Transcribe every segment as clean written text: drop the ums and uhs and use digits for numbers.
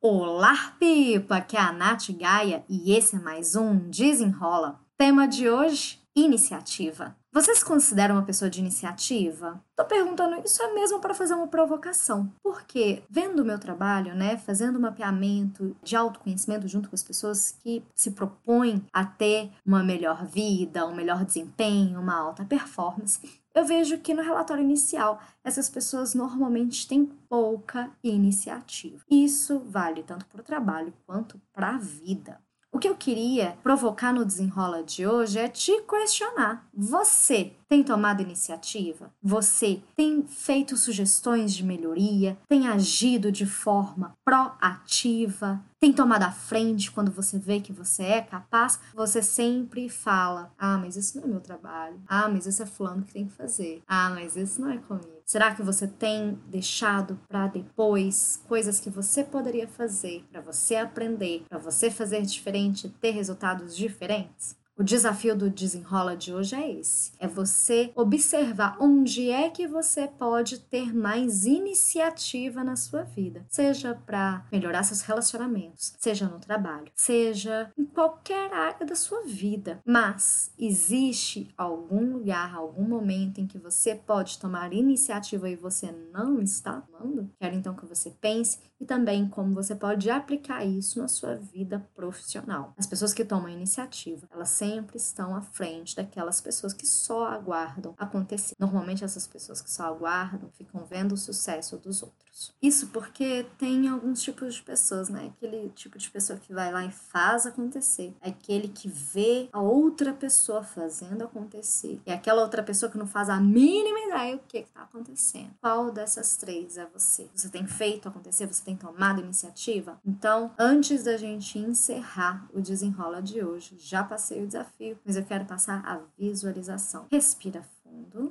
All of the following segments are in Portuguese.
Olá, Pipa! Aqui é a Nath Gaia e esse é mais um Desenrola. Tema de hoje, iniciativa. Você se considera uma pessoa de iniciativa? Tô perguntando isso mesmo para fazer uma provocação. Porque, vendo o meu trabalho, fazendo um mapeamento de autoconhecimento junto com as pessoas que se propõem a ter uma melhor vida, um melhor desempenho, uma alta performance, eu vejo que no relatório inicial, essas pessoas normalmente têm pouca iniciativa. Isso vale tanto para o trabalho quanto para a vida. O que eu queria provocar no Desenrola de hoje é te questionar. Você tem tomado iniciativa? Você tem feito sugestões de melhoria? Tem agido de forma proativa? Tem tomado a frente quando você vê que você é capaz? Você sempre fala: mas isso não é meu trabalho. Mas isso é fulano que tem que fazer. Mas isso não é comigo. Será que você tem deixado para depois coisas que você poderia fazer para você aprender, para você fazer diferente e ter resultados diferentes? O desafio do Desenrola de hoje é esse. É você observar onde é que você pode ter mais iniciativa na sua vida. Seja para melhorar seus relacionamentos, seja no trabalho, seja em qualquer área da sua vida. Mas existe algum lugar, algum momento em que você pode tomar iniciativa e você não está tomando? Quero então que você pense e também como você pode aplicar isso na sua vida profissional. As pessoas que tomam iniciativa, elas sempre estão à frente daquelas pessoas que só aguardam acontecer. Normalmente essas pessoas que só aguardam ficam vendo o sucesso dos outros. Isso porque tem alguns tipos de pessoas, Aquele tipo de pessoa que vai lá e faz acontecer. É aquele que vê a outra pessoa fazendo acontecer. E aquela outra pessoa que não faz a mínima ideia do que está acontecendo. Qual dessas três é você? Você tem feito acontecer? Você tem tomado iniciativa? Então, antes da gente encerrar o Desenrola de hoje, já passei o desafio, mas eu quero passar a visualização. Respira fundo.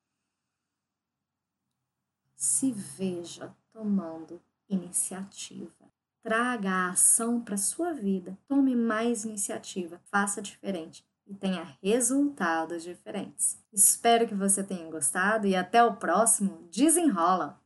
Se veja tomando iniciativa. Traga a ação para sua vida. Tome mais iniciativa. Faça diferente e tenha resultados diferentes. Espero que você tenha gostado e até o próximo Desenrola!